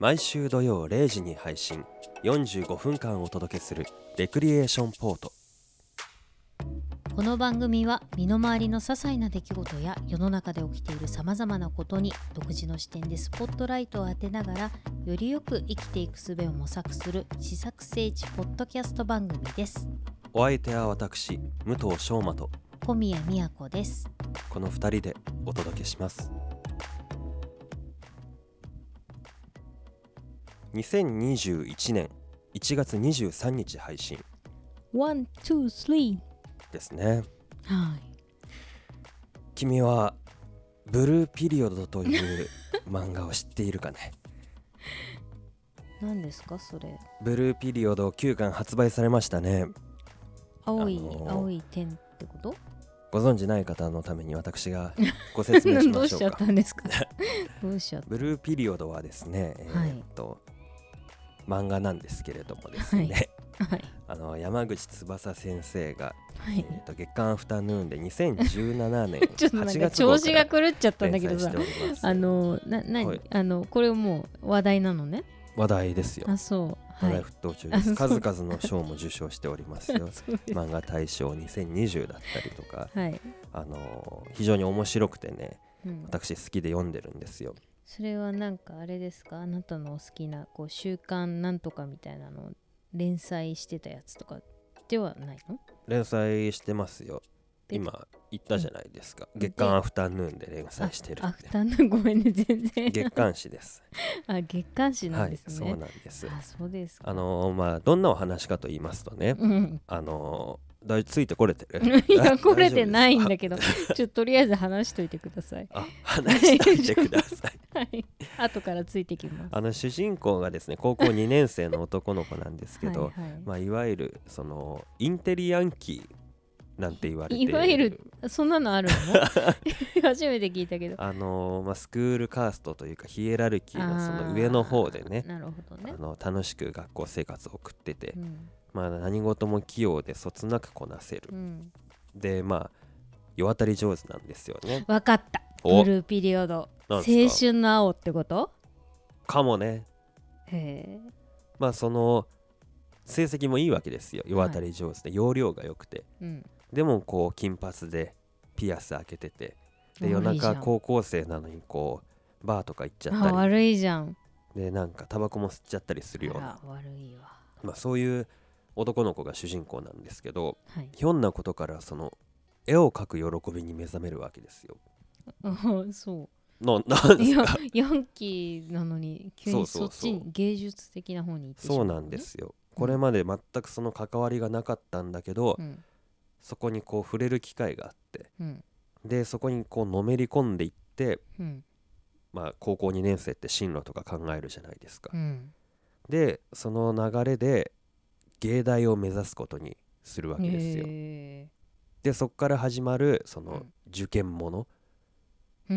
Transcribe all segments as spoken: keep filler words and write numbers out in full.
毎週土曜れいじに配信、よんじゅうごふんかんお届けするレクリエーションポート。 この番組は身の回りの些細な出来事や世の中で起きているさまざまなことに独自の視点でスポットライトを当てながらよりよく生きていく術を模索する試作聖地ポッドキャスト番組です。 お相手は私、武藤翔馬と小宮宮子です。 このふたりでお届けします。にせんにじゅういちねんいちがつにじゅうさんにち配信ワン、ツー、スリーですね。 はい。 君はブルーピリオドという漫画を知っているかね。 何ですかそれ。 ブルーピリオドきゅうかん発売されましたね。 青い、 あのー青い点ってこと。 ご存じない方のために私がご説明しどうしちゃっましょうか。 たんですかどうしちゃった。 ブルーピリオドはですね、えーっと、漫画なんですけれどもですね、 はい、 あの山口翼先生が、 はいえーっと月刊アフタヌーンでにせんじゅうななねんちょっとなんかはちがつ号調子がから狂っちゃったんだけどさ、 連載しております。 あのな何、 はい、 あのこれもう話題なのね。 話題ですよ。 あ、そう、 話題はい、 沸騰中です。数々の賞も受賞しておりますよ。 そうです。 漫画大賞にせんにじゅうだったりとか、 はい、 あの非常に面白くてね、 うん、 私好きで読んでるんですよ。 それはなんかあれですか、あなたのお好きなこう週刊なんとかみたいなのを連載してたやつとかではないの？ 連載してますよ。今言ったじゃないですか、うん、月刊アフタヌーンで連載してるって。 アフタヌーン、ごめんね、全然月刊誌ですあ、月刊誌なんですね。 はい、そうなんです。 あ、そうですか。 あのー、まあどんなお話かと言いますとね、うん、あのー、だいついてこれてるいや、これてないんだけどちょっととりあえず話しといてください。 あ、話しといてくださいはい、後からついてきます。 あの主人公がですね、高校にねんせいの男の子なんですけどはい、はい、 まあ、いわゆるそのインテリヤンキーなんて言われている。 いわゆるそんなのあるの初めて聞いたけど、 あのーまあ、スクールカーストというかヒエラルキーのその上の方でね、 なるほどね、 あの楽しく学校生活を送ってて、 うん、 まあ、何事も器用でそつなくこなせる、うん、でまあ世渡り上手なんですよね。 わかった。ブルーピリオド、青春の青ってことかもね。 へえ。 まあその成績もいいわけですよ。世渡り上手で、はい、容量が良くて、うん、でもこう金髪でピアス開けてて、で夜中高校生なのにこうバーとか行っちゃったり、 あ、悪いじゃん。 でなんかタバコも吸っちゃったりするような、 悪いわ。 まあ、そういう男の子が主人公なんですけど、 はい、 ひょんなことからその絵を描く喜びに目覚めるわけですよ。 あ、そうななんですか。 ヤンキーなのに急にそっちに芸術的な方に行ってしまう、ね、 そうなんですよ。これまで全くその関わりがなかったんだけど、うん、そこにこう触れる機会があって、うん、でそこにこうのめり込んでいって、うん、まあ高校にねんせいって進路とか考えるじゃないですか、うん、でその流れで芸大を目指すことにするわけですよ。でそこから始まるその受験もの、うん、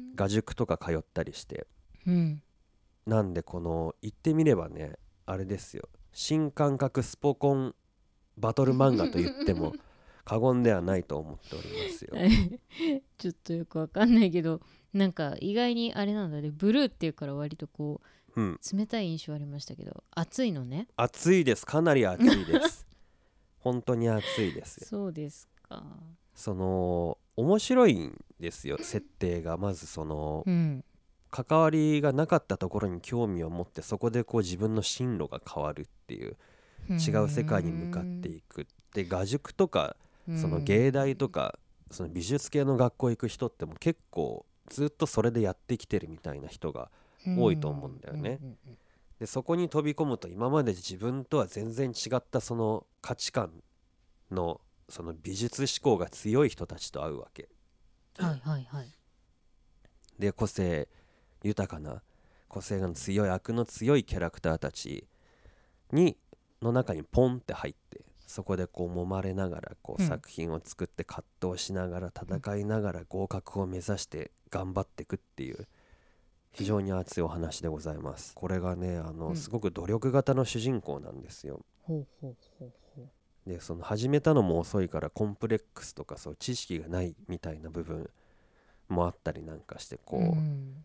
画塾とか通ったりして、うん、なんでこの言ってみればね、あれですよ、新感覚スポコンバトル漫画と言っても過言ではないと思っておりますよちょっとよくわかんないけど、なんか意外にあれなんだね、ブルーっていうから割とこう、うん、冷たい印象ありましたけど、暑いのね。 暑いです、かなり暑いです本当に暑いですよ。 そうですか。 その面白いんですよ、設定が。まずその、うん、関わりがなかったところに興味を持って、そこでこう自分の進路が変わるっていう、違う世界に向かっていく。で画塾とかその芸大とかその美術系の学校行く人っても結構ずっとそれでやってきてるみたいな人が多いと思うんだよね。でそこに飛び込むと、今まで自分とは全然違ったその価値観のその美術志向が強い人たちと会うわけ。 はいはいはい。 で個性豊かな、個性が強い、悪の強いキャラクターたちにの中にポンって入って、そこでこう揉まれながらこう作品を作って葛藤しながら戦いながら合格を目指して頑張っていくっていう非常に熱いお話でございます。これがね、あのすごく努力型の主人公なんですよ。 ほうほうほうほう。 でその始めたのも遅いからコンプレックスとかそう知識がないみたいな部分もあったりなんかして、こう、うん、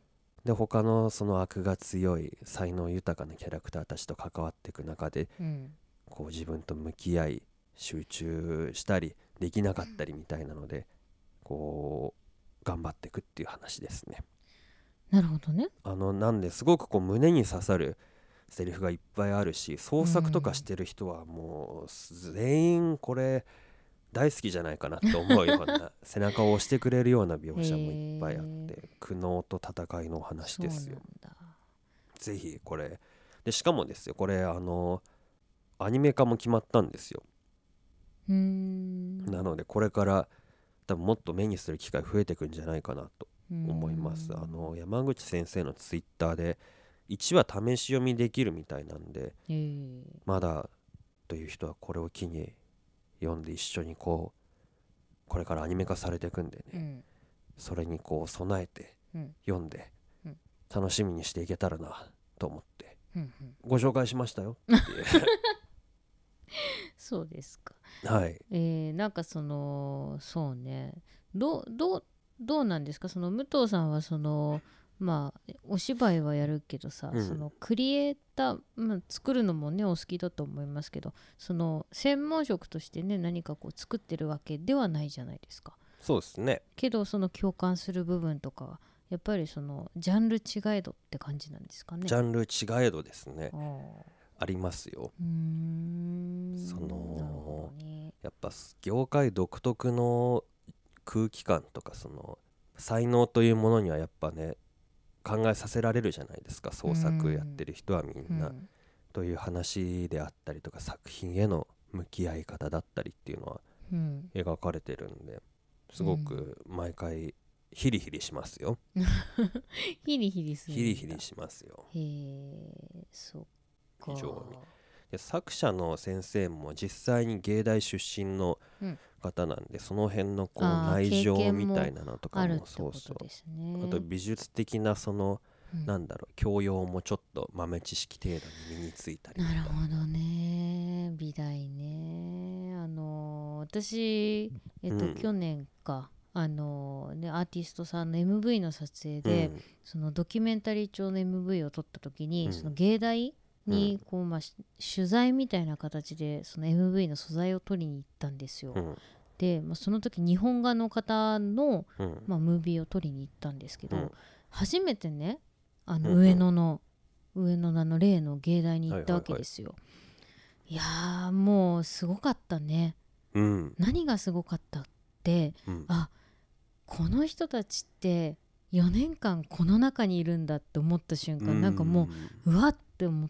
で他のその悪が強い才能豊かなキャラクターたちと関わっていく中で、うん、こう自分と向き合い集中したりできなかったりみたいなのでこう頑張っていくっていう話ですね。 なるほどね。 あのなんですごくこう胸に刺さるセリフがいっぱいあるし、創作とかしてる人はもう全員これ大好きじゃないかなと思うような背中を押してくれるような描写もいっぱいあって苦悩と戦いのお話ですよ。ぜひこれで、しかもですよこれあのアニメ化も決まったんですよ。うーんなのでこれから多分もっと目にする機会増えてくんじゃないかなと思います。あの山口先生のツイッターでいちわ試し読みできるみたいなんで、まだという人はこれを機に読んで一緒にこうこれからアニメ化されていくんでね、うん、それにこう備えて読んで楽しみにしていけたらなと思ってご紹介しましたよっていうそうですか。 はい。 えー、なんかそのそうねどうどうどうなんですか、その武藤さんはそのまあお芝居はやるけどさ、うん、そのクリエイター、まあ、作るのもねお好きだと思いますけど、その専門職としてね何かこう作ってるわけではないじゃないですか。 そうですね。 けどその共感する部分とかやっぱりそのジャンル違えどって感じなんですかね。 ジャンル違えどですね、ありますよ。うーんその、ね、やっぱ業界独特の空気感とかその才能というものにはやっぱね考えさせられるじゃないですか、創作やってる人はみんな、うん、という話であったりとか作品への向き合い方だったりっていうのは描かれてるんで、すごく毎回ヒリヒリしますよヒリヒリするんだ。 ヒリヒリしますよ。 へえ、そっか。 非常にで作者の先生も実際に芸大出身の方なんで、うん、その辺のこう内情みたいなのとかもそうそう、あと美術的なその、うん、なんだろう教養もちょっと豆知識程度に身についたり。 なるほどね、美大ね。あの私えっと、うん、去年かあのね、アーティストさんの エムブイ の撮影で、うん、そのドキュメンタリー調の エムブイ を撮った時に、うん、その芸大にこう、まあ、取材みたいな形でその エムブイ の素材を撮りに行ったんですよ、うん、で、まあ、その時日本画の方の、うんまあ、ムービーを撮りに行ったんですけど、うん、初めてねあの上野の、うんうん、上野のあの例の芸大に行ったわけですよ、はいはいはい、いやーもうすごかったね、うん、何がすごかったって、うん、あこの人たちってよねんかんこの中にいるんだって思った瞬間、うん、なんかもううわって思って、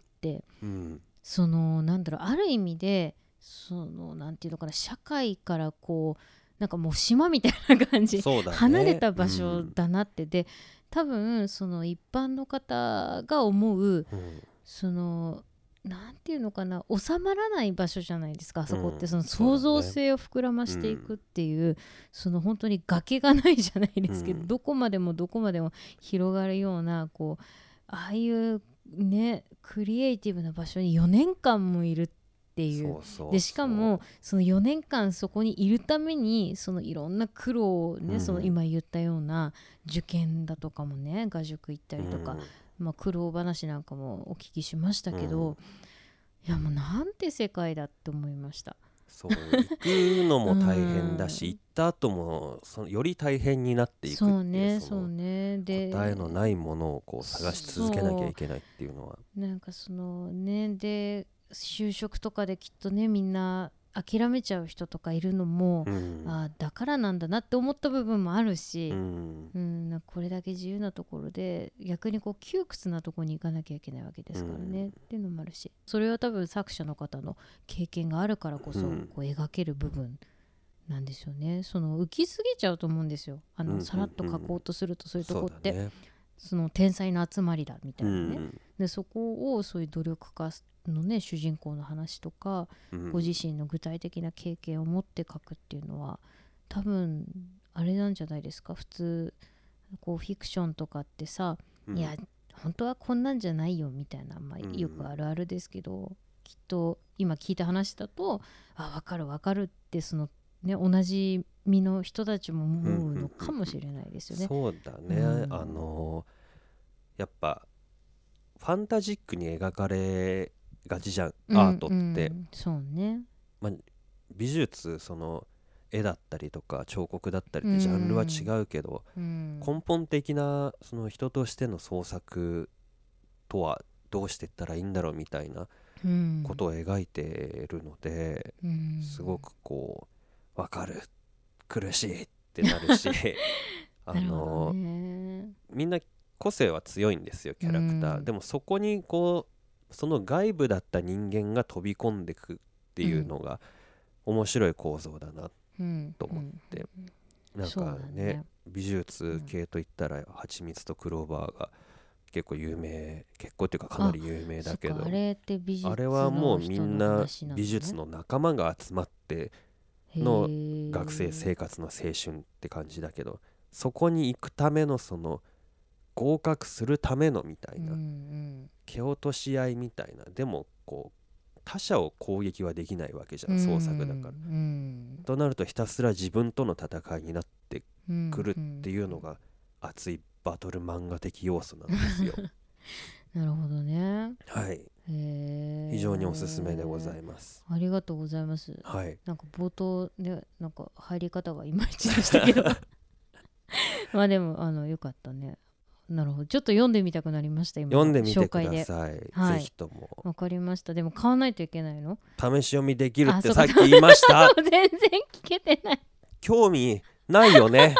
うん、そのなんだろうある意味でそのなんていうのかな社会からこうなんかもう島みたいな感じ、ね、離れた場所だなって、うん、で多分その一般の方が思う、うん、そのなんていうのかな収まらない場所じゃないですかあそこって、うん、その創造性を膨らましていくっていう、うん、その本当に崖がないじゃないですけど、うん、どこまでもどこまでも広がるようなこうああいうねクリエイティブな場所によねんかんもいるっていう、そうそうそうでしかもそのよねんかんそこにいるためにそのいろんな苦労をね、うん、その今言ったような受験だとかもね画塾行ったりとか、うんまあ、苦労話なんかもお聞きしましたけど、うん、いやもうなんて世界だって思いました。 そう行くのも大変だし、うん、行った後もそのより大変になっていくっていう、そうねそうね、で答えのないものをこう探し続けなきゃいけないっていうのはなんかそのねで就職とかできっとねみんな諦めちゃう人とかいるのも、うん、あだからなんだなって思った部分もあるし、うんうん、なんかこれだけ自由なところで逆にこう窮屈なところに行かなきゃいけないわけですからね、うん、っていうのもあるし、それは多分作者の方の経験があるからこそこう描ける部分なんですよね。その浮きすぎちゃうと思うんですよ、あの、うん、さらっと書こうとするとそういうとこって、うんうんうん、その天才の集まりだみたいなね、うん、でそこをそういう努力家のね主人公の話とか、うん、ご自身の具体的な経験を持って書くっていうのは多分あれなんじゃないですか。普通こうフィクションとかってさ、うん、いや本当はこんなんじゃないよみたいな、まあ、よくあるあるですけど、うん、きっと今聞いた話だとあ分かる分かるってそのね同じ身の人たちも思うのかもしれないですよね、 うんうんうん、そうだね、うん、あのやっぱファンタジックに描かれがちじゃん、 うん、 アートって、うん、 そうね、 まあ、美術その絵だったりとか彫刻だったりってジャンルは違うけど、うん、根本的なその人としての創作とはどうしていったらいいんだろうみたいなことを描いてるので、うん、すごくこう分かる、苦しいってなるしあのみんな個性は強いんですよキャラクター、うん、でもそこにこうその外部だった人間が飛び込んでくっていうのが面白い構造だなと思って、うん、なんか ね, ね美術系といったらはちみつとクローバーが結構有名、結構っていうかかなり有名だけど、 あ, あ, れって美術のあれはもうみんな美術の仲間が集まっての学生生活の青春って感じだけど、そこに行くためのその合格するためのみたいな、うんうん、蹴落とし合いみたいな、でもこう他者を攻撃はできないわけじゃん、創作だから、うんうん、となるとひたすら自分との戦いになってくるっていうのが熱いバトル漫画的要素なんですよなるほどね、 はい、へ非常におすすめでございます。 ありがとうございます、 はい、 なんか冒頭でなんか入り方がいまいちでしたけどまあでもあのよかったね。なるほど、ちょっと読んでみたくなりました。今読んでみてください、はい、ぜひとも。 わかりました。でも買わないといけないの？ 試し読みできるってさっき言いました全然聞けてない興味ないよね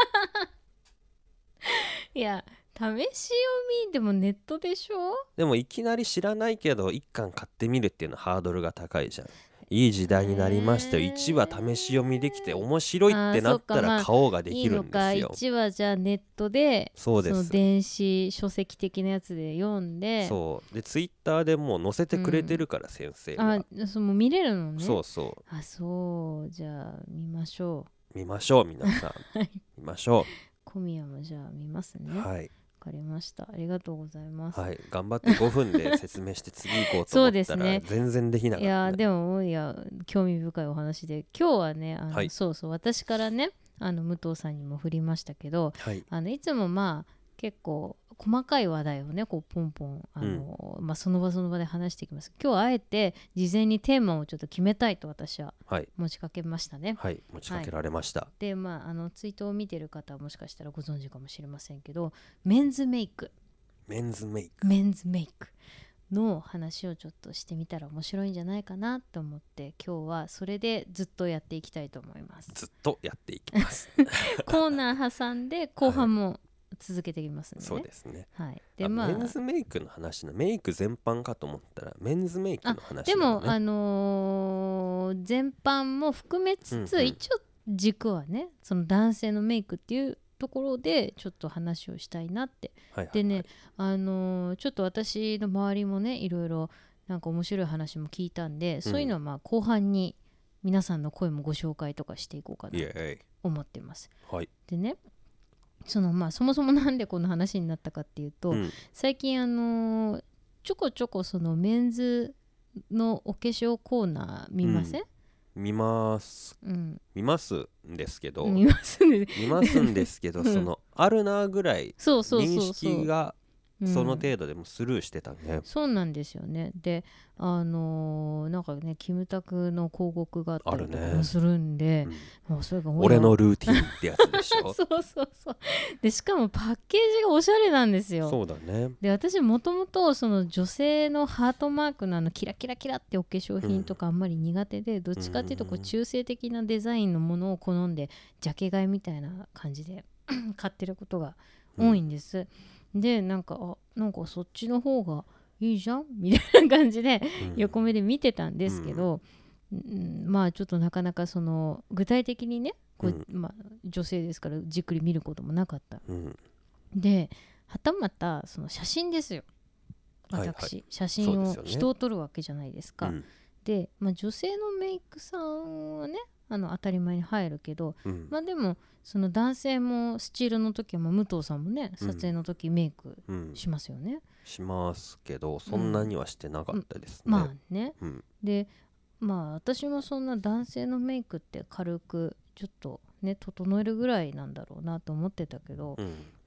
いや試し読みでもネットでしょ。 でもいきなり知らないけどいっかん買ってみるっていうのはハードルが高いじゃん。いい時代になりましたよ。いちわ試し読みできて面白いってなったら買おうができるんですよ。まあ、いいのか。 いちわじゃあネットでそうです、 その電子書籍的なやつで読んで、 そうでツイッターでもう載せてくれてるから、うん、先生はあその見れるのね。 そうそう、 あそうじゃあ見ましょう見ましょう皆さん、はい、見ましょう。 小宮もじゃあ見ますね。 はい、 わかりました。ありがとうございます。 はい、頑張ってごふんで説明して次行こうと思ったら全然できなかった、ね、 いやでもいや興味深いお話で、今日はねあの、はい、そうそう私からねあの武藤さんにも振りましたけど、はい、あのいつもまあ結構細かい話題をねこうポンポンあの、うんまあ、その場その場で話していきます。今日はあえて事前にテーマをちょっと決めたいと私は持ちかけましたね。 はい、はい、持ちかけられました。はい、 でまああのツイートを見てる方はもしかしたらご存知かもしれませんけど、メンズメイクメンズメイクメンズメイクの話をちょっとしてみたら面白いんじゃないかなと思って、今日はそれでずっとやっていきたいと思います。 ずっとやっていきますコーナー挟んで後半も続けていきますんでね、 そうですね、 はい、 でまあ、メンズメイクの話のメイク全般かと思ったらメンズメイクの話、ね、 でもあのー、全般も含めつつ、うんうん、一応軸はねその男性のメイクっていうところでちょっと話をしたいなって、はいはいはい、でねあのー、ちょっと私の周りもねいろいろなんか面白い話も聞いたんで、うん、そういうのはまあ後半に皆さんの声もご紹介とかしていこうかなと思ってます、 はい、 でねそのまあそもそもなんでこの話になったかっていうと、うん、最近あのー、ちょこちょこそのメンズのお化粧コーナー見ません？ うん、見ます、うん、見ますんですけど見ますね見ますんですけど、うん、そのあるなぐらい認識がその程度でもスルーしてたね、うん、 そうなんですよね。であのー、なんかねキムタクの広告があったりとかもするんで、ねうん、それが俺のルーティンってやつでしょそうそうそうでしかもパッケージがおしゃれなんですよ。 そうだね。 で私もともとその女性のハートマークのあのキラキラキラってお化粧品とかあんまり苦手で、うん、どっちかっていうとこう中性的なデザインのものを好んでジャケ買いみたいな感じで買ってることが多いんです、うん、でなんかあなんかそっちの方がいいじゃんみたいな感じで横目で見てたんですけど、うんうん、まあちょっとなかなかその具体的にねこう、うんまあ、女性ですからじっくり見ることもなかった、うん、ではたまたその写真ですよ私、はいはい、写真を人を撮るわけじゃないですか。で、ねまあ、女性のメイクさんはねあの当たり前に入るけど、うん、まあでもその男性もスチールの時は武藤さんもね撮影の時メイクしますよね、うんうん、 しますけどそんなにはしてなかったですね、 うん、まあね、うん、でまあ私もそんな男性のメイクって軽くちょっとね整えるぐらいなんだろうなと思ってたけど、うん、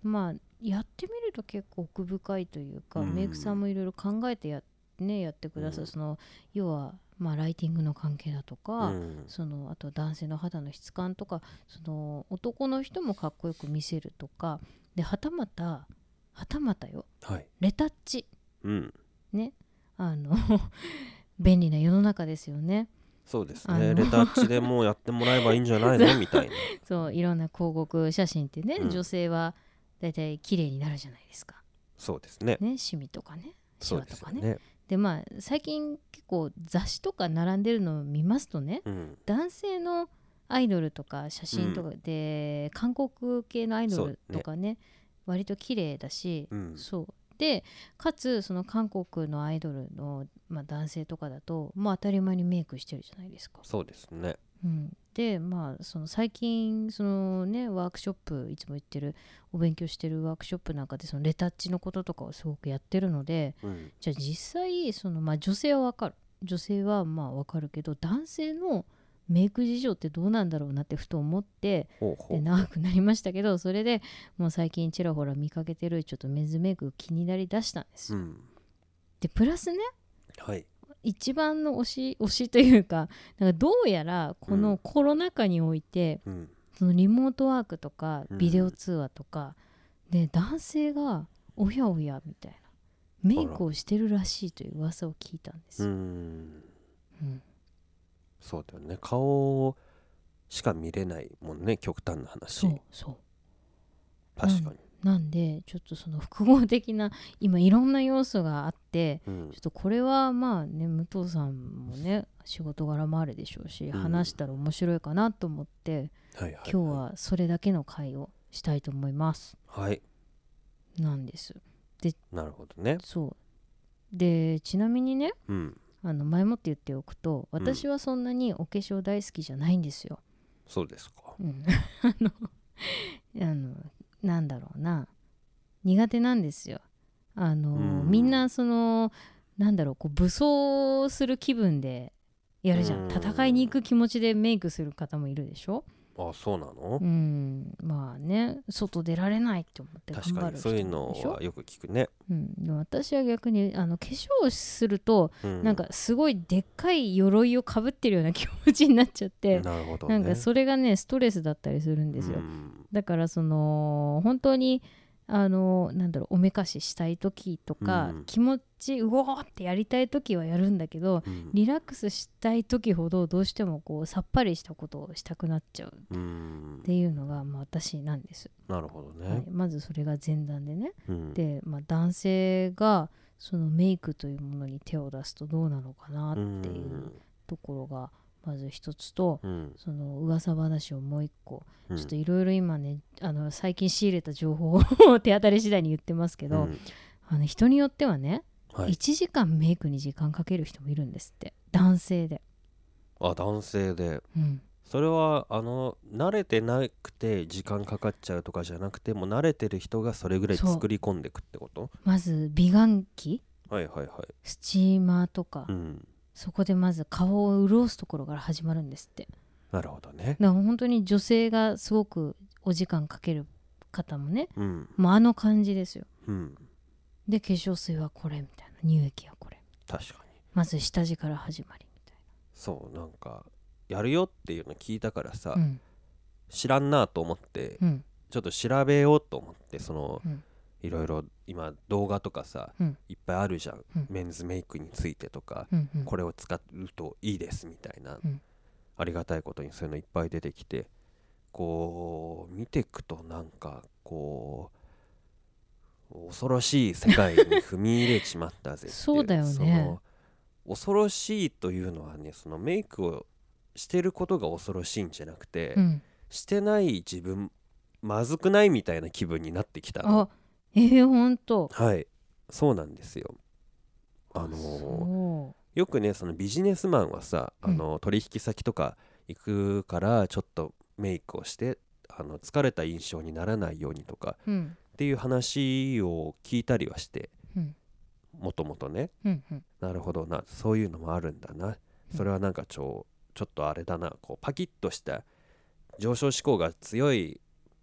まあやってみると結構奥深いというか、うん、メイクさんもいろいろ考えてや、ね、やってくださる、うん、その要はまあライティングの関係だとか、うん、そのあと男性の肌の質感とか、その男の人もかっこよく見せるとかで、はたまたはたまたよ、はい、レタッチ、うん、ね、あの便利な世の中ですよね。 そうですね、レタッチでもうやってもらえばいいんじゃないのみたいなそう、いろんな広告写真ってね、うん、女性はだいたい綺麗になるじゃないですか。 そうですね、 ね、シミとかね、シワとかね。 そうですよね。 でまあ最近結構雑誌とか並んでるのを見ますとね、うん、男性のアイドルとか写真とかで、うん、韓国系のアイドルとか ね, ね割と綺麗だし、うん、そうでかつその韓国のアイドルの、まあ、男性とかだともう当たり前にメイクしてるじゃないですか。 そうですね、 うん、でまあその最近そのねワークショップいつも行ってるお勉強してるワークショップなんかでそのレタッチのこととかをすごくやってるので、うん、じゃあ実際その、まあ、女性は分かる女性はまあ分かるけど男性のメイク事情ってどうなんだろうなってふと思ってほうほうで長くなりましたけど、それでもう最近ちらほら見かけてるちょっとメンズメイク気になりだしたんですよ、うん、でプラスね、はい、一番の推し推しというか、なんかどうやらこのコロナ禍において、うん、そのリモートワークとかビデオ通話とか、うん、で男性がおやおやみたいなメイクをしてるらしいという噂を聞いたんですよ。うん、 うんそうだよね、顔しか見れないもんね、極端な話。 そうそう確かに。 な, なんでちょっとその複合的な今いろんな要素があって、うん、ちょっとこれはまあね武藤さんもね仕事柄もあるでしょうし、うん、話したら面白いかなと思って、はいはいはい、今日はそれだけの回をしたいと思います。 はいなんです。でなるほどね。 そうでちなみにね、うんあの前もって言っておくと、私はそんなにお化粧大好きじゃないんですよ、 うん、そうですか、 うん、あのあのなんだろうな苦手なんですよ。あのみんなそのなんだろうこう武装する気分でやるじゃん。戦いに行く気持ちでメイクする方もいるでしょ。 あ、そうなの？ うんまあね外出られないって思って頑張る人もいるでしょ。確かにそういうのはよく聞くね、 うん、でも私は逆にあの化粧すると、うん、なんかすごいでっかい鎧をかぶってるような気持ちになっちゃって、 なるほどね、 なんかそれがねストレスだったりするんですよ、うん、だからその本当にあのなんだろうおめかししたい時とか、うん、気持ちうおーってやりたい時はやるんだけど、うん、リラックスしたい時ほどどうしてもこうさっぱりしたことをしたくなっちゃうっていうのが、まあ、私なんです。 なるほどね、 はい、まずそれが前段でね、うん、で、まあ、男性がそのメイクというものに手を出すとどうなのかなっていうところがまず一つと、うん、その噂話をもう一個、うん、ちょっといろいろ今ねあの最近仕入れた情報を手当たり次第に言ってますけど、うん、あの人によってはね、はい、いちじかんメイクに時間かける人もいるんですって、男性で。 あ、男性で、うん、それはあの慣れてなくて時間かかっちゃうとかじゃなくて、もう慣れてる人がそれぐらい作り込んでいくってこと？ まず美顔器、 はいはいはい、 スチーマーとか、うん、そこでまず顔を潤すところから始まるんですって。 なるほどね。 だから本当に女性がすごくお時間かける方もね、うん、もうあの感じですよ、うん、で化粧水はこれみたいな、乳液はこれ、 確かにまず下地から始まりみたいな。 そうなんかやるよっていうの聞いたからさ、うん、知らんなと思って、うん、ちょっと調べようと思って、その、うん、いろいろ今動画とかさ、うん、いっぱいあるじゃん、うん、メンズメイクについてとか、うんうん、これを使うといいですみたいな、うん、ありがたいことにそういうのいっぱい出てきて、こう見てくとなんかこう恐ろしい世界に踏み入れちまったぜってそうだよね。 その恐ろしいというのはね、そのメイクをしてることが恐ろしいんじゃなくて、うん、してない自分まずくないみたいな気分になってきた。 あ、えー、ほんと。 はい、そうなんですよ。あのー、よくねそのビジネスマンはさ、あのー、取引先とか行くからちょっとメイクをしてあの疲れた印象にならないようにとか、うん、っていう話を聞いたりはして、もともとね、うんうん、なるほどな、そういうのもあるんだな、それはなんかちょちょっとあれだな、こうパキッとした上昇志向が強い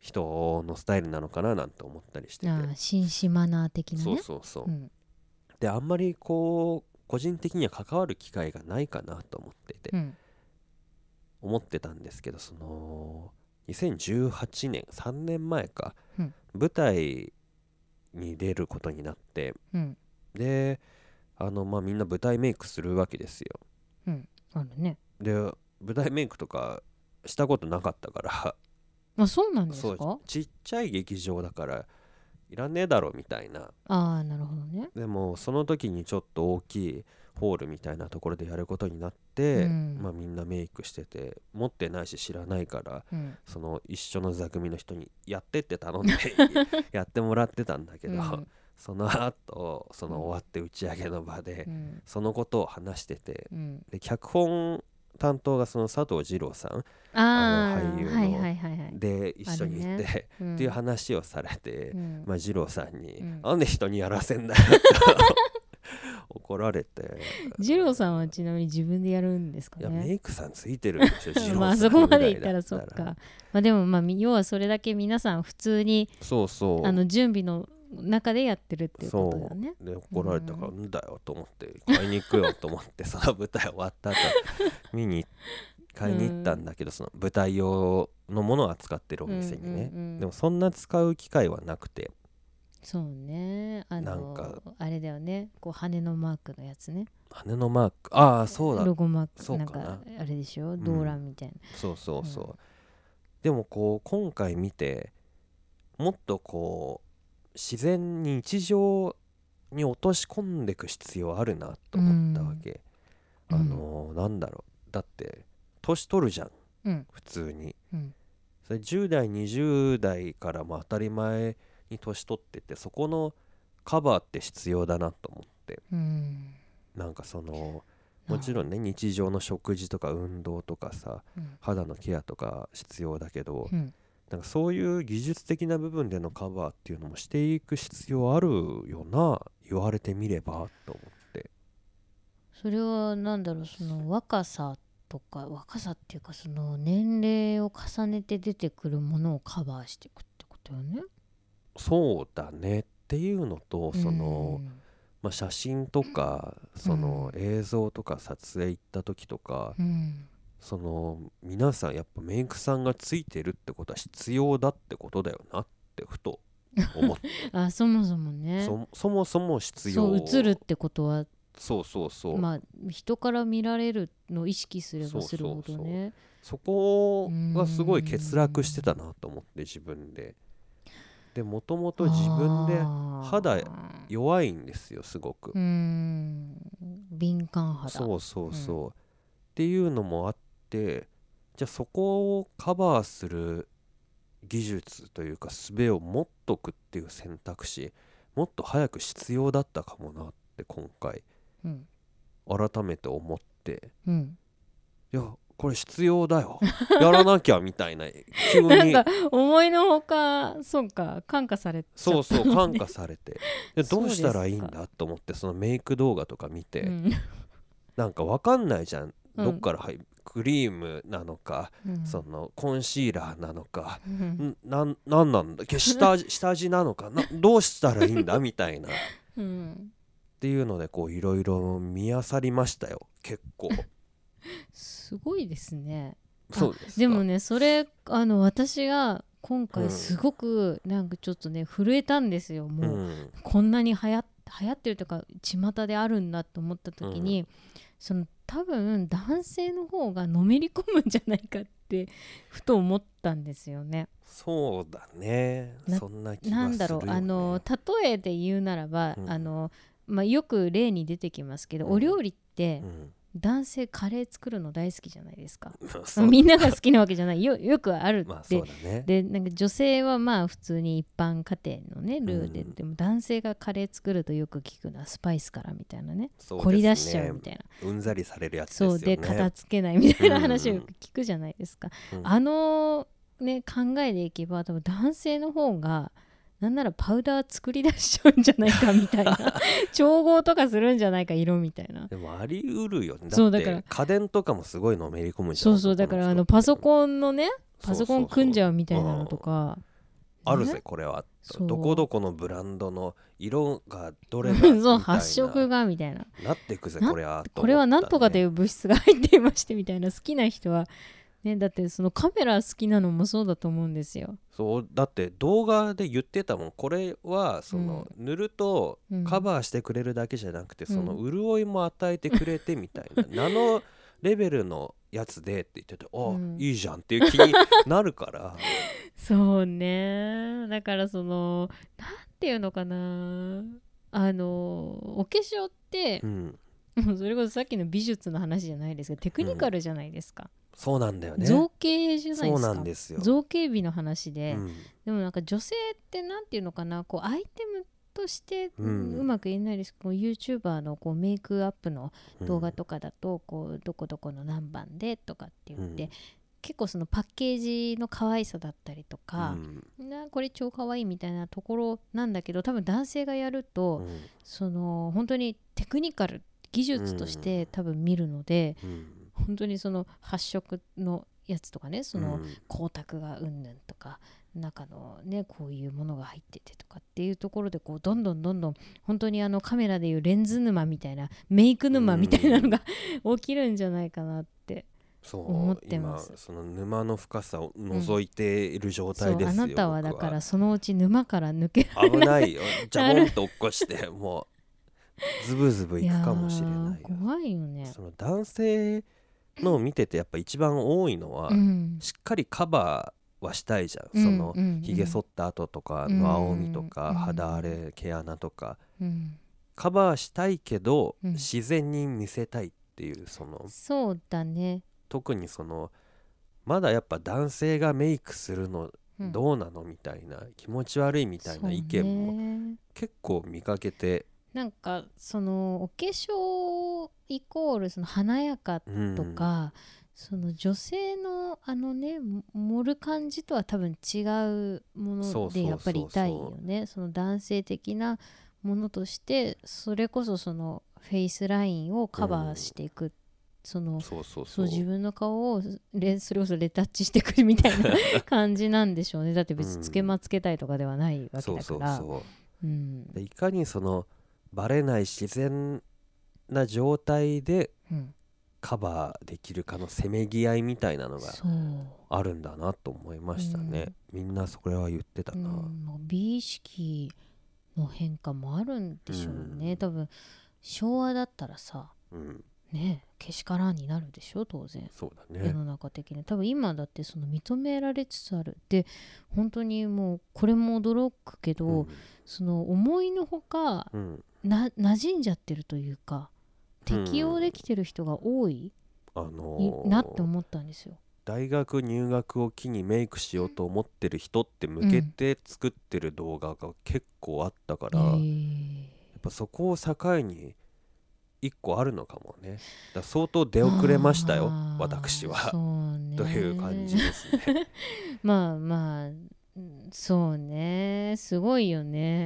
人のスタイルなのかななんて思ったりしてて、 あ紳士マナー的なね。 そうそうそう、 うん、 であんまりこう個人的には関わる機会がないかなと思ってて、うん、思ってたんですけど、そのにせんじゅうはちねんさんねんまえか、うん、舞台に出ることになって、うん、であのまあみんな舞台メイクするわけですよ、 うん、あるね。 で舞台メイクとかしたことなかったからあ、そうなんですか。 そうちっちゃい劇場だからいらねえだろみたいな。 あー、なるほどね。 でもその時にちょっと大きいホールみたいなところでやることになって、うん、まあ、みんなメイクしてて持ってないし知らないから、うん、その一緒の座組の人にやってって頼んでやってもらってたんだけど、うん、その後その終わって打ち上げの場で、うん、そのことを話してて、うん、で脚本担当がその佐藤二郎さん、あの俳優の、はいはいはいはい、で一緒に行って、ね、うん、っていう話をされて、うん、まあ、二郎さんに、うん、なんで人にやらせんだよって怒られて。 二郎さんはちなみに自分でやるんですかね。 いやメイクさんついてるんでしょ二郎さんまあそこまでいったらそっか、まあ、でもまあ要はそれだけ皆さん普通にそうそうあの準備の中でやってるっていうことだよね。 そうで怒られたからんだよと思って買いに行くよと思ってその舞台終わった後見に買いに行ったんだけど、その舞台用のものを扱ってるお店にね、うんうんうん、でもそんな使う機会はなくて。 そうね、あのなんかあれだよね、こう羽のマークのやつね。 羽のマーク、ああそうだ、 ロゴマーク、 そうかな、 なんかあれでしょ、動乱みたいな、 うん、そうそうそう、うん、でもこう今回見てもっとこう自然に日常に落とし込んでいく必要あるなと思ったわけ、うん、あのー、なんだろう、だって年取るじゃん、うん、普通に、うん、それじゅう代にじゅう代からも当たり前に年取ってて、そこのカバーって必要だなと思って、うん、なんかそのもちろんね日常の食事とか運動とかさ、うん、肌のケアとか必要だけど、うん、なんかそういう技術的な部分でのカバーっていうのもしていく必要あるよな、言われてみればと思って。 それはなんだろう、その若さとか若さっていうかその年齢を重ねて出てくるものをカバーしていくってことよね。 そうだねっていうのと、その、うん、まあ、写真とかその映像とか撮影行った時とか、うん、その皆さんやっぱメイクさんがついてるってことは必要だってことだよなってふと思ってあ、そもそもね、 そ, そもそも必要、 そう映るってことは、 そうそうそう、 まあ人から見られるのを意識すればするほどね、そうそうそう、 そこがすごい欠落してたなと思って、自分で。でもともと自分で肌弱いんですよ、すごく。うーん、敏感肌。 そうそうそう、うん、っていうのもあって、じゃあそこをカバーする技術というか術を持っとくっていう選択肢、もっと早く必要だったかもなって今回、うん、改めて思って、うん、いやこれ必要だよやらなきゃみたいな急になんか思いのほか、そうか、感化されちゃった、 ね、そうそう感化されてでどうしたらいいんだと思って、そのメイク動画とか見て、うん、なんか分かんないじゃん、どっから入る、うん、クリームなのか、うん、そのコンシーラーなのか、うん、な, なんなんだ下下地なのかな、どうしたらいいんだみたいな、うん、っていうのでこういろいろ見漁りましたよ、結構すごいですね。 そうですか。 でもね、それあの私が今回すごくなんかちょっとね、うん、震えたんですよ。もう、うん、こんなに流行、流行ってるというか巷であるんだと思った時に、うん、その多分男性の方がのめり込むんじゃないかってふと思ったんですよね。 そうだね、そんな気がするよね。 なんだろう、あの例えで言うならば、うん、あのまあ、よく例に出てきますけど、うん、お料理って、うん男性カレー作るの大好きじゃないですかみんなが好きなわけじゃない よ, よくあるって、まあそうだね、でなんか女性はまあ普通に一般家庭のねルールで、うん、でも男性がカレー作るとよく聞くのはスパイスからみたいなね、凝り出しちゃうみたいな、 うんざりされるやつですよね。 そうで片付けないみたいな話をよく聞くじゃないですか、うん、あのね考えでいけば多分男性の方がなんならパウダー作り出しちゃうんじゃないかみたいな調合とかするんじゃないか色みたいな。 でもありうるよね。だって家電とかもすごいのめり込むじゃん。 そうそう、だからあのパソコンのねパソコン組んじゃうみたいなのとかあるぜこれは、どこどこのブランドの色がどれがみたいなそう発色がみたいななってくぜこれは、ね、 これはなんとかという物質が入っていましてみたいな。好きな人はね、だってそのカメラ好きなのもそうだと思うんですよ。 そうだって動画で言ってたもん。これはその、うん、塗るとカバーしてくれるだけじゃなくて、うん、その潤いも与えてくれてみたいな、うん、ナノレベルのやつでって言ってて、あ、うん、いいじゃんっていう気になるからそうね。だからそのなんていうのかな、あのお化粧って、うん、それこそさっきの美術の話じゃないですけどテクニカルじゃないですか、 うん、そうなんだよね。 造形じゃないですか。 そうなんですよ。 造形美の話で、うん、でもなんか女性ってなんていうのかな、こうアイテムとして、うん、うまく言えないですけど、YouTuber のこうメイクアップの動画とかだと、こうどこどこの何番でとかって言って、うん、結構そのパッケージの可愛さだったりとか、うん、なこれ超可愛いみたいなところなんだけど、多分男性がやると、うん、その本当にテクニカル技術として多分見るので、うん、本当にその発色のやつとかね、その光沢がうんぬんとか、中のねこういうものが入っててとかっていうところで、こうどんどんどんどん本当にあのカメラでいうレンズ沼みたいな、メイク沼みたいなのが起きるんじゃないかなって思ってます。 そう、今その沼の深さを覗いている状態ですよ、うん、 そうあなたはだからそのうち沼から抜けられない危ないよ、ジャボンと起こしてもうズブズブいくかもしれないよ。 怖いよね。 その男性のを見ててやっぱ一番多いのは、うん、しっかりカバーはしたいじゃん、うん、その、うんうん、ひげ剃った後とかの青みとか、うん、肌荒れ毛穴とか、うん、カバーしたいけど、うん、自然に見せたいっていう、そのそうだね、 特にそのまだやっぱ男性がメイクするのどうなのみたいな、気持ち悪いみたいな意見も結構見かけて、 なんかそのお化粧イコールその華やかとか、うん、その女性のあのね盛る感じとは多分違うものでやっぱりいたいよね。その男性的なものとして、それこそそのフェイスラインをカバーしていく、うん、そのそうそうそう、 自分の顔をレそれこそレタッチしてくるみたいな感じなんでしょうね。だって別につけまつけたいとかではないわけだから、うん、そうそうそう、うん、 でいかにそのバレない自然な状態でカバーできるかのせめぎ合いみたいなのがあるんだなと思いましたね、うん、みんなそれは言ってたな、うん、 美意識の変化もあるんでしょうね、うん、多分昭和だったらさ、うん、ねけしからんになるでしょ当然。 そうだね、 世の中的に多分今だってその認められつつあるで、本当にもうこれも驚くけど、うん、その思いのほか、うんな馴染んじゃってるというか、適応できてる人が多い、うん、あのー、なって思ったんですよ。 大学入学を機にメイクしようと思ってる人って向けて作ってる動画が結構あったから、うん、やっぱそこを境に一個あるのかもね。だ相当出遅れましたよ私は、そうねという感じですねまあまあそうね、すごいよね、うん、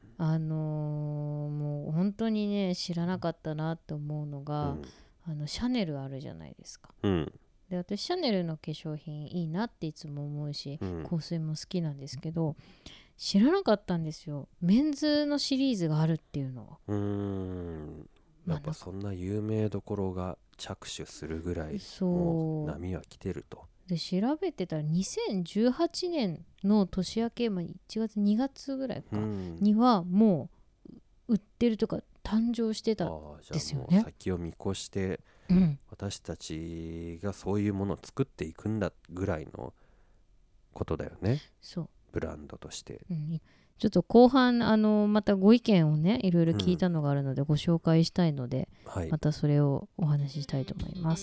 あのー、もう本当にね知らなかったなって思うのが、うん、あのシャネルあるじゃないですか、うん、で私シャネルの化粧品いいなっていつも思うし、うん、香水も好きなんですけど、知らなかったんですよメンズのシリーズがあるっていうのは。 うーんやっぱそんな有名どころが着手するぐらいもう波は来てると。 で調べてたらにせんじゅうはちねんの年明け、まあ、いちがつにがつぐらいかにはもう売ってるとか誕生してたんですよね。 じゃあもう先を見越して、うん、私たちがそういうものを作っていくんだぐらいのことだよね。そうブランドとして、うん、 ちょっと後半あのまたご意見をねいろいろ聞いたのがあるのでご紹介したいので、うんはい、またそれをお話ししたいと思います。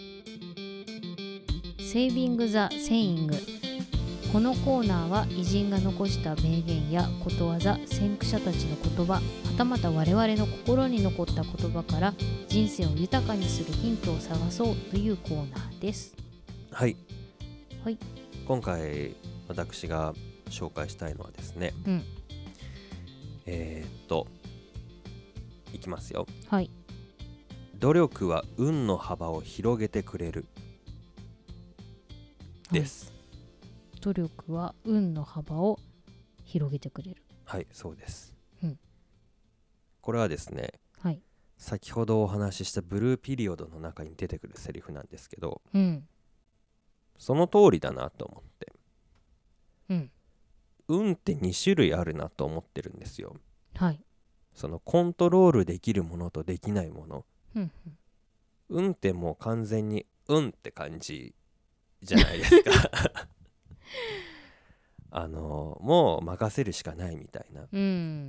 セービング・ザ・セイング。このコーナーは偉人が残した名言やことわざ、先駆者たちの言葉、はたまた我々の心に残った言葉から人生を豊かにするヒントを探そうというコーナーです。 はい、はい、今回私が紹介したいのはですね、うん、えー、っといきますよ。はい。努力は運の幅を広げてくれるです、 努力は運の幅を広げてくれる。 はい、そうです、 うん、 これはですね、 はい、 先ほどお話ししたブルーピリオドの中に出てくるセリフなんですけど、 うん、 その通りだなと思って、うん、運ってに種類あるなと思ってるんですよ。 はい、 そのコントロールできるものとできないもの、うんうん、運ってもう完全に運って感じじゃないですかあのもう任せるしかないみたいな、うん、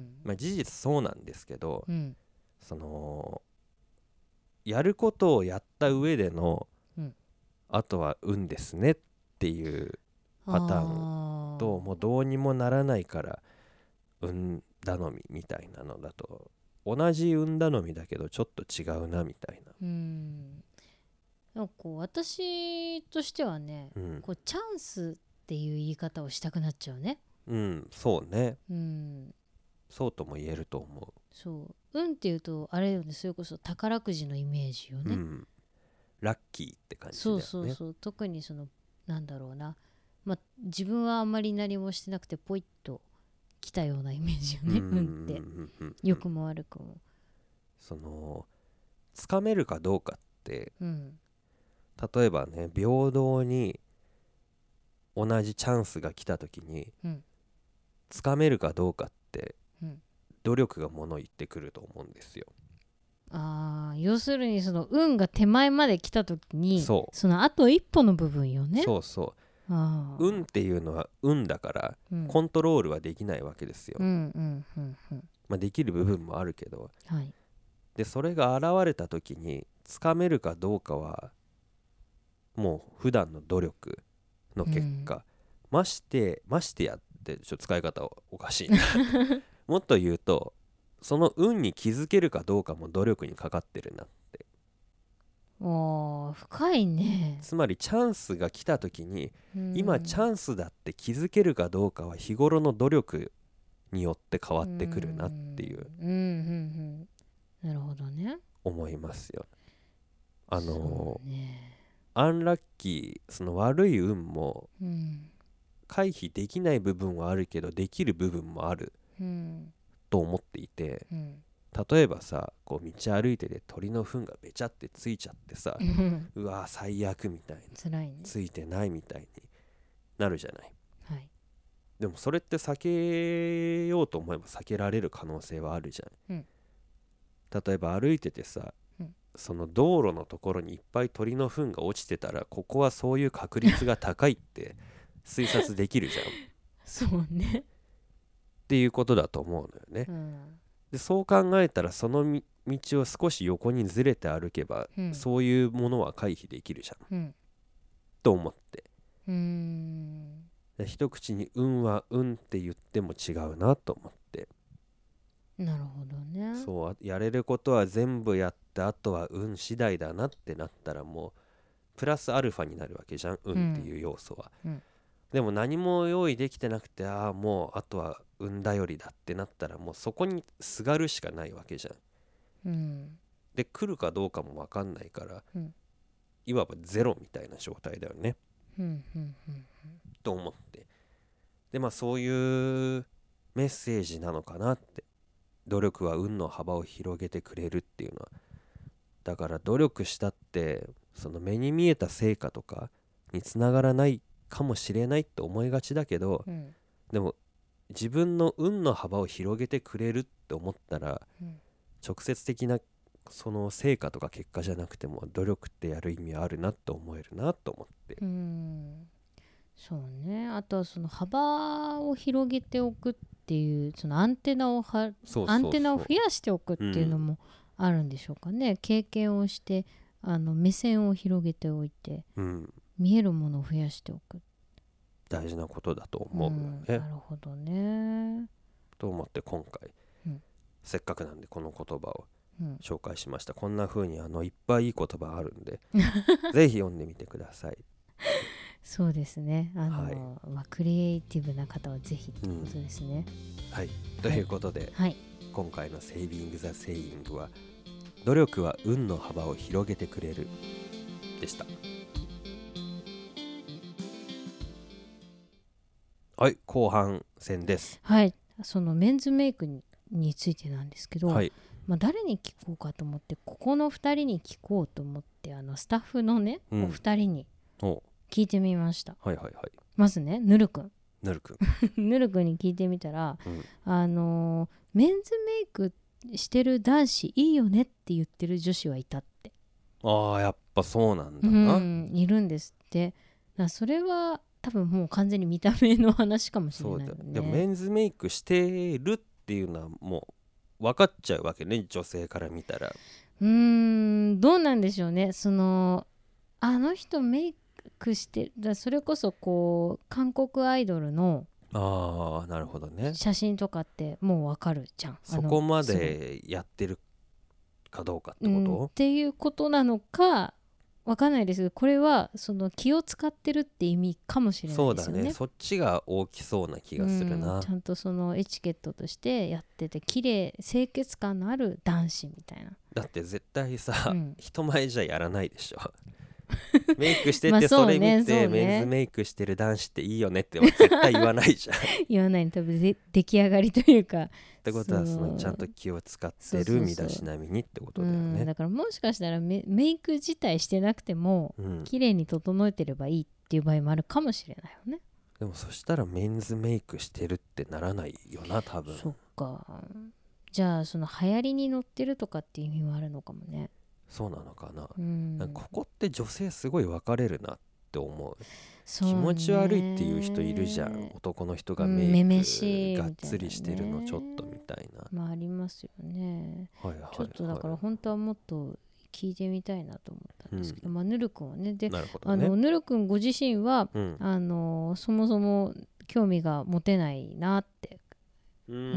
まあ事実そうなんですけど、うん、そのやることをやった上での、うん、あとは運ですねっていうパターンと、もうどうにもならないから運頼みみたいなのだと、同じ運頼みだけどちょっと違うなみたいな。うん、 なんかこう私としてはね、うん、こうチャンスっていう言い方をしたくなっちゃうね。 うん、そうね、うん、そうとも言えると思う。 そう、運っていうとあれよね、それこそ宝くじのイメージよね、うん、 ラッキーって感じだよね。 そうそうそう、特にそのなんだろうな、まあ自分はあんまり何もしてなくてポイッと来たようなイメージよね、運って良くも悪くも。 そのつかめるかどうかって、うん、例えばね、平等に同じチャンスが来た時に、うん、つかめるかどうかって、うん、努力がもの言ってくると思うんですよ。 あー、要するにその運が手前まで来た時に、そ, そのあと一歩の部分よね。 そうそう、あ、運っていうのは運だから、うん、コントロールはできないわけですよ、うんうんうんうん、まあ、できる部分もあるけど、はい、でそれが現れた時につかめるかどうかはもう普段の努力の結果、うん、ましてましてやってちょっと使い方おかしいなもっと言うと、その運に気づけるかどうかも努力にかかってるなって。 おー、深いね。 つまりチャンスが来た時に、今チャンスだって気づけるかどうかは日頃の努力によって変わってくるなっていう、うんうんうん、 なるほどね、 思いますよ。あのーね、アンラッキー、その悪い運も回避できない部分はあるけどできる部分もある、うん、と思っていて、うん、例えばさ、こう道歩いてて鳥の糞がべちゃってついちゃってさうわ最悪みたいな、 辛いね、 ついてないみたいになるじゃない、はい、でもそれって避けようと思えば避けられる可能性はあるじゃん、うん、例えば歩いててさ、うん、その道路のところにいっぱい鳥の糞が落ちてたら、ここはそういう確率が高いって推察できるじゃんそうねっていうことだと思うのよね、うん、でそう考えたらその道を少し横にずれて歩けば、うん、そういうものは回避できるじゃん、うん、と思って、うーん、一口に運は運って言っても違うなと思って。 なるほどね。 そう、やれることは全部やって、あとは運次第だなってなったら、もうプラスアルファになるわけじゃん、運っていう要素は、うんうん、でも何も用意できてなくて、ああもうあとは運頼りだってなったら、もうそこにすがるしかないわけじゃん、うん、で来るかどうかも分かんないから、うん、いわばゼロみたいな状態だよね、うんうんうんうん、と思って、でまあそういうメッセージなのかなって。努力は運の幅を広げてくれるっていうのは、だから努力したってその目に見えた成果とかにつながらないかもしれないって思いがちだけど、うん、でも自分の運の幅を広げてくれるって思ったら、うん、直接的なその成果とか結果じゃなくても努力ってやる意味あるなって思えるなと思って。 うん、そうね。あとはその幅を広げておくっていう、そのアンテナをはアンテナを増やしておくっていうのもあるんでしょうかね、うん、経験をして、あの目線を広げておいて、うん、見えるものを増やしておく、 大事なことだと思うよね、 うん、なるほどねと思って今回、うん、せっかくなんでこの言葉を紹介しました、うん、こんな風にあのいっぱいいい言葉あるんでぜひ読んでみてください。 そうですね、あの、はい、まあ、クリエイティブな方はぜひってことですね、 うん、はい、ということで、はい、今回のセービング・ザ・セイングは努力は運の幅を広げてくれるでした。 はい後半戦です。 はい、そのメンズメイク に, についてなんですけど、 はい、 まあ、誰に聞こうかと思ってここのふたりに聞こうと思ってあのスタッフのね、うん、お二人に聞いてみました。 はいはいはい。 まずねぬるくんぬるくんぬるくんに聞いてみたら、 うん、 あのメンズメイクしてる男子いいよねって言ってる女子はいたって。 ああやっぱそうなんだな、 うん、いるんですって。だそれは多分もう完全に見た目の話かもしれないよね。 そうだ。でもメンズメイクしてるっていうのはもう分かっちゃうわけね、女性から見たら。 うーんどうなんでしょうね。そのあの人メイクしてだそれこそこう韓国アイドルのああなるほどね。 写真とかってもう分かるじゃん。 そこまでやってるかどうかってこと、 うん、っていうことなのかわかんないですけど、これはその気を使ってるって意味かもしれないですよね。 そうだね、そっちが大きそうな気がするな、 うん、ちゃんとそのエチケットとしてやってて綺麗清潔感のある男子みたいな。 だって絶対さ、 うん、 人前じゃやらないでしょメイクしててそれ見て、ねね、メンズメイクしてる男子っていいよねって絶対言わないじゃん言わない、多分で出来上がりというかってことはそのちゃんと気を使ってる身だしなみにってことだよね。 そうそうそう、うん、だからもしかしたら メ, メイク自体してなくても、うん、綺麗に整えてればいいっていう場合もあるかもしれないよね。 でもそしたらメンズメイクしてるってならないよな多分。 そっか。じゃあその流行りに乗ってるとかっていう意味もあるのかもね。 そうなのかな、 うん、 なんかここって女性すごい分かれるなって思う。気持ち悪いっていう人いるじゃん、男の人がメイク、うん、がっつりしてるのちょっとみたいな、 まあありますよね、 はいはいはい、 ちょっとだから本当はもっと聞いてみたいなと思ったんですけど、うん、まあぬるくんはねで、 なるほどね、 ね、 あのぬるくんご自身は、 うん、 あのそもそも興味が持てないなってうん、うん、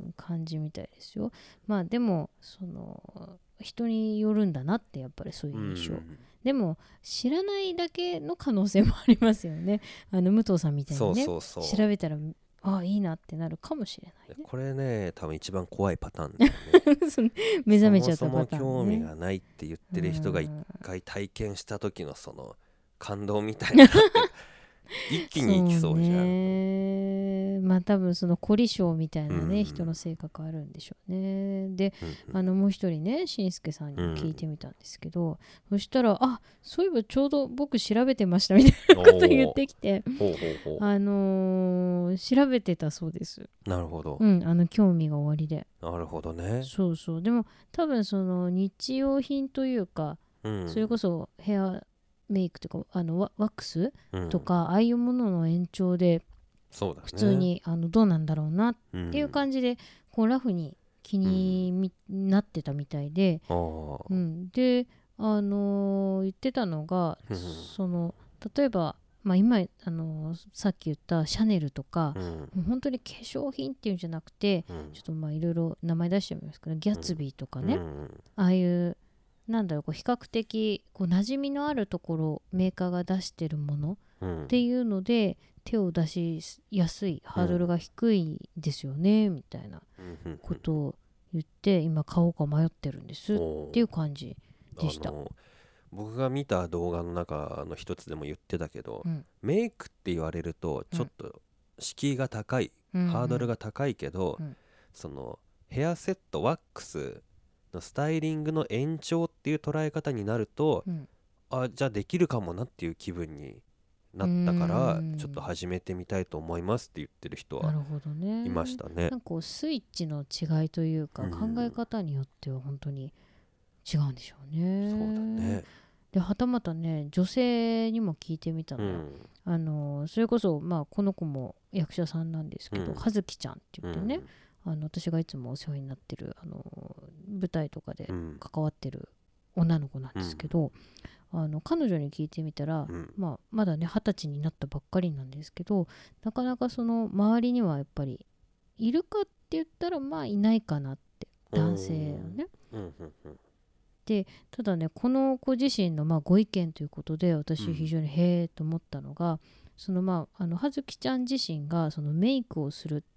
感じみたいですよ。まあでもその人によるんだなってやっぱりそういう印象、うん、でも知らないだけの可能性もありますよね。あの武藤さんみたいにね、そうそうそう調べたらああいいなってなるかもしれないね。 これね多分一番怖いパターンだよね目覚めちゃったパターン、ね、 そもそも興味がないって言ってる人が一回体験した時のその感動みたいな一気にいきそうじゃん。 ね、まあ多分その凝り性みたいなね、うん、人の性格あるんでしょうね。で、うんうん、あのもう一人ねしんすけさんに聞いてみたんですけど、うん、そしたらあそういえばちょうど僕調べてましたみたいなこと言ってきてほうほうほう、あのー、調べてたそうです。 なるほど、 うん、あの興味がおありで。 なるほどね。 そうそう、でも多分その日用品というか、うん、それこそヘアメイクとかあの ワ, ワックスとか、うん、ああいうものの延長でそうだね、 普通にあのどうなんだろうなっていう感じで、うん、こうラフに気に、うん、なってたみたいで、うん、で、あのー、言ってたのが、うん、その例えば、まあ、今、あのー、さっき言ったシャネルとか、うん、もう本当に化粧品っていうんじゃなくて、うん、ちょっとまあいろいろ名前出してみますけどギャツビーとかね、うん、ああいうなんだろうこう比較的こう馴染みのあるところメーカーが出してるものっていうので、うん、手を出しやすいハードルが低いですよね、うん、みたいなことを言って今買おうか迷ってるんですっていう感じでした。 僕が見た動画の中の一つでも言ってたけど、うん、メイクって言われるとちょっと敷居が高い、うん、ハードルが高いけど、うん、そのヘアセットワックスのスタイリングの延長っていう捉え方になると、うん、あじゃあできるかもなっていう気分になったからちょっと始めてみたいと思いますって言ってる人はいましたね。 なんかこうスイッチの違いというか、うん、考え方によっては本当に違うんでしょうね。 そうだね。 ではたまたね女性にも聞いてみたのよ、うん、あのそれこそ、まあ、この子も役者さんなんですけど、うん、葉月ちゃんって言ってね、うん、あの私がいつもお世話になってるあの舞台とかで関わってる女の子なんですけど、うん、あの彼女に聞いてみたら、うんまあ、まだね二十歳になったばっかりなんですけどなかなかその周りにはやっぱりいるかって言ったらまあいないかなって男性はね、うんうんうん、でただねこの子自身のまあご意見ということで私非常にへーと思ったのが、うん、そのまああの葉月ちゃん自身がそのメイクをするって、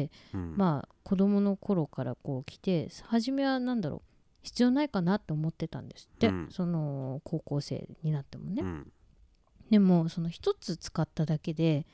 うん、まあ子供の頃からこう来て初めはなんだろう必要ないかなと思ってたんですって、うん、その高校生になってもね、うん、でもその一つ使っただけで、うん、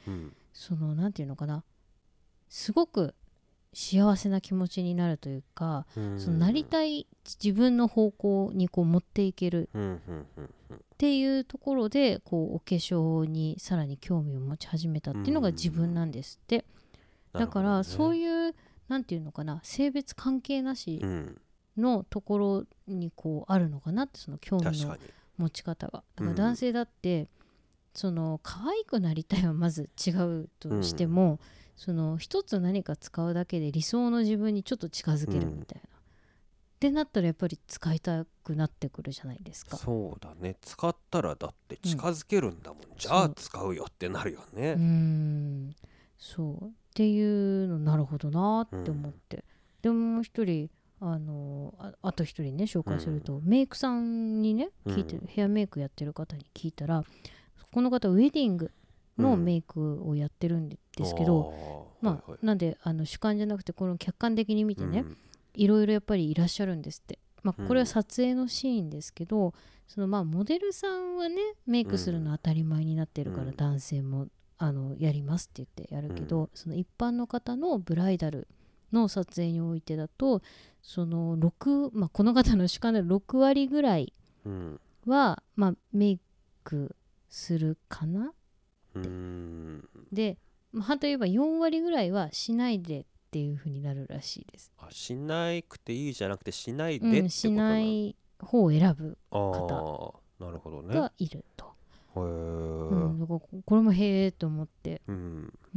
そのなんていうのかな、すごく幸せな気持ちになるというか、そのなりたい自分の方向にこう持っていけるっていうところで、こうお化粧にさらに興味を持ち始めたっていうのが自分なんですって。だからそういうなんていうのかな、性別関係なしのところにこうあるのかなって、その興味の持ち方が。だから男性だって、その可愛くなりたいはまず違うとしても、その一つ何か使うだけで理想の自分にちょっと近づけるみたいな、うん、ってなったらやっぱり使いたくなってくるじゃないですか。 そうだね、使ったらだって近づけるんだもん、うん、じゃあ使うよってなるよね。 うーん、そうっていうの、なるほどなって思って、うん、でももう一人あの あ, あと一人ね紹介すると、うん、メイクさんにね聞いてる、うん、ヘアメイクやってる方に聞いたら、この方ウェディングのメイクをやってるんですけど、うん、まあ、はいはい、なんであの主観じゃなくてこの客観的に見てね、うん、いろいろやっぱりいらっしゃるんですって。まあ、これは撮影のシーンですけど、うん、そのまあモデルさんはねメイクするの当たり前になってるから、男性もあのやりますって言ってやるけど、うん、その一般の方のブライダルの撮影においてだと、そのろく、まあ、この方の主観でろくわりぐらいは、まあ、メイクするかな。うーんで、反対言えばよんわりぐらいはしないでっていう風になるらしいです。 あ、しなくていいじゃなくてしないでってことなの、うん、 しない方を選ぶ方がいると。 へー、 うん、だからこれもへーと思って、うん、うん、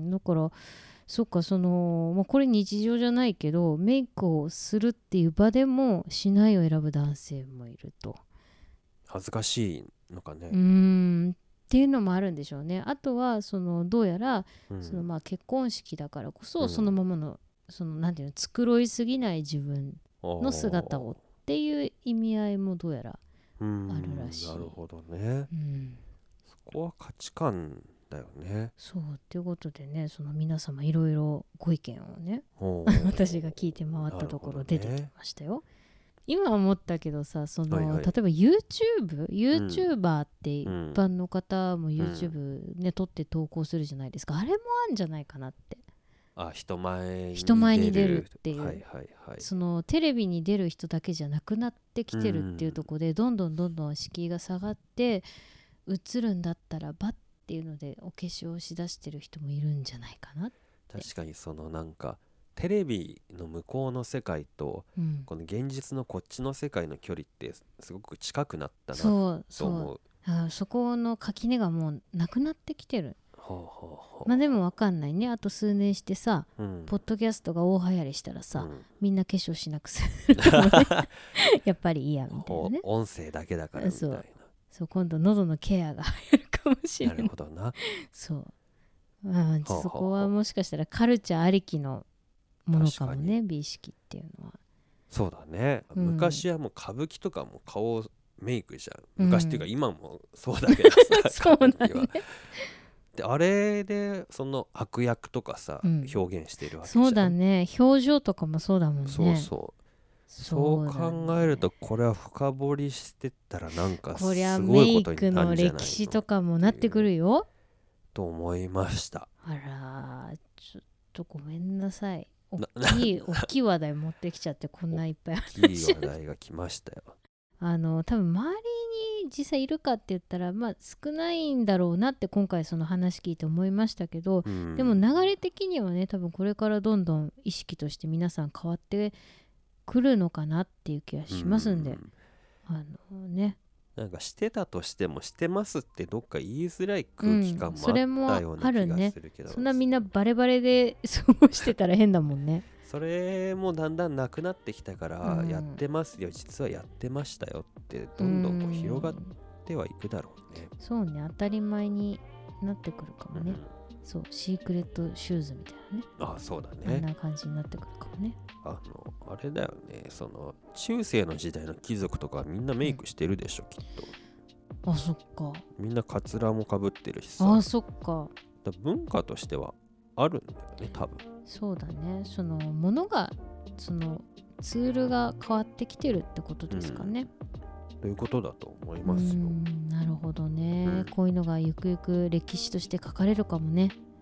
だからそっか、その、まあ、これ日常じゃないけどメイクをするっていう場でもしないを選ぶ男性もいると。 恥ずかしいのかね。 うーんっていうのもあるんでしょうね。あとはそのどうやら、うん、そのまあ結婚式だからこそ、そのままの、そのなんていうの、繕いすぎない自分の姿をっていう意味合いもどうやらあるらしい。 なるほどね、うん、そこは価値観だよね。 そうっていうことでね、その皆様いろいろご意見をね私が聞いて回ったところ出てきましたよ。今思ったけどさ、その、はいはい、例えば YouTube、YouTuber って一般の方も YouTube ね、うん、撮って投稿するじゃないですか。あれもあるんじゃないかなって。 あ、人前に出る、 人前に出るっていう、 はいはいはい、 そのテレビに出る人だけじゃなくなってきてるっていうところで、うん、どんどんどんどん敷居が下がって映るんだったらばっていうのでお化粧をしだしてる人もいるんじゃないかなって。 確かにそのなんかテレビの向こうの世界と、うん、この現実のこっちの世界の距離ってすごく近くなったなと思う。 そうそう、あ、そこの垣根がもうなくなってきてる。ほうほうほう。まあでも分かんないね。あと数年してさ、うん、ポッドキャストが大流行りしたらさ、うん、みんな化粧しなくするかもねやっぱりいいやみたいなね。 音声だけだからみたいな。 そう、そう、今度喉のケアが流行るかもしれない。なるほどな。 そう、まあ、そこはもしかしたらカルチャーありきのものかもね、美意識っていうのは。 そうだね、うん、昔はもう歌舞伎とかも顔メイクじゃん。昔っていうか今もそうだけどさ、 そうだね。 であれでその悪役とかさ、うん、表現してるわけじゃん。そうだね、表情とかもそうだもんね。 そうそう、そう考えるとこれは深掘りしてったらなんかすごいことになるんじゃないの。こりゃメイクの歴史とかもなってくるよと思いました。 あら、ちょっとごめんなさい。大きい大きい話題持ってきちゃって、こんないっぱい話大きい話題が来ましたよあの多分周りに実際いるかって言ったら、まあ少ないんだろうなって今回その話聞いて思いましたけど、うん、でも流れ的にはね、多分これからどんどん意識として皆さん変わってくるのかなっていう気がしますんで、うん、あのね、 なんかしてたとしてもしてますってどっか言いづらい空気感もあったような気がするけど、うん、それもあるね。そんなみんなバレバレで過ごしてたら変だもんね。 それもだんだんなくなってきたから、うん、やってますよ、実はやってましたよってどんどんこう広がってはいくだろうね。 そうね、当たり前になってくるかもね、うん、そうシークレットシューズみたいなね。 ああ、そうだね、 あんな感じになってくるかもね。 あのあれだよね、その中世の時代の貴族とかみんなメイクしてるでしょ、うん、きっと。あ、そっか。 みんなカツラもかぶってるしさ。 あ、そっか。 だ文化としてはあるんだよね、多分。 そうだね、そのものが、そのツールが変わってきてるってことですかね、 うん、ということだと思いますよ。 うん、なるほどね、うん、こういうのがゆくゆく歴史として書かれるかもね。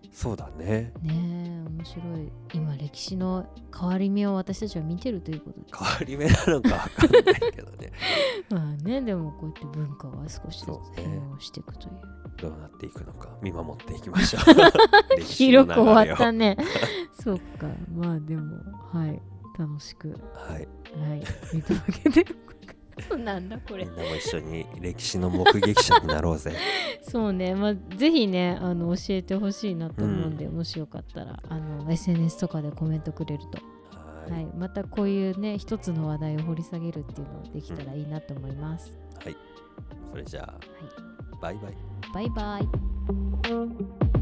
そうだね。 ねえ、面白い。今歴史の変わり目を私たちは見てるということです。 変わり目なのか分かんないけどねまあね、でもこうやって文化は少しずつ変容していくという。 どうなっていくのか見守っていきましょう広く終わったねそっか、まあでもはい楽しくはいはい見届けてなんだこれ。 みんなも一緒に歴史の目撃者になろうぜそうね、まあぜひねあの教えてほしいなと思うんで、うん、もしよかったらあの エスエヌエス とかでコメントくれるとはい、はい、またこういうね一つの話題を掘り下げるっていうのできたらいいなと思います、 うん、はい、それじゃあ、はい、バイバイバイバイ。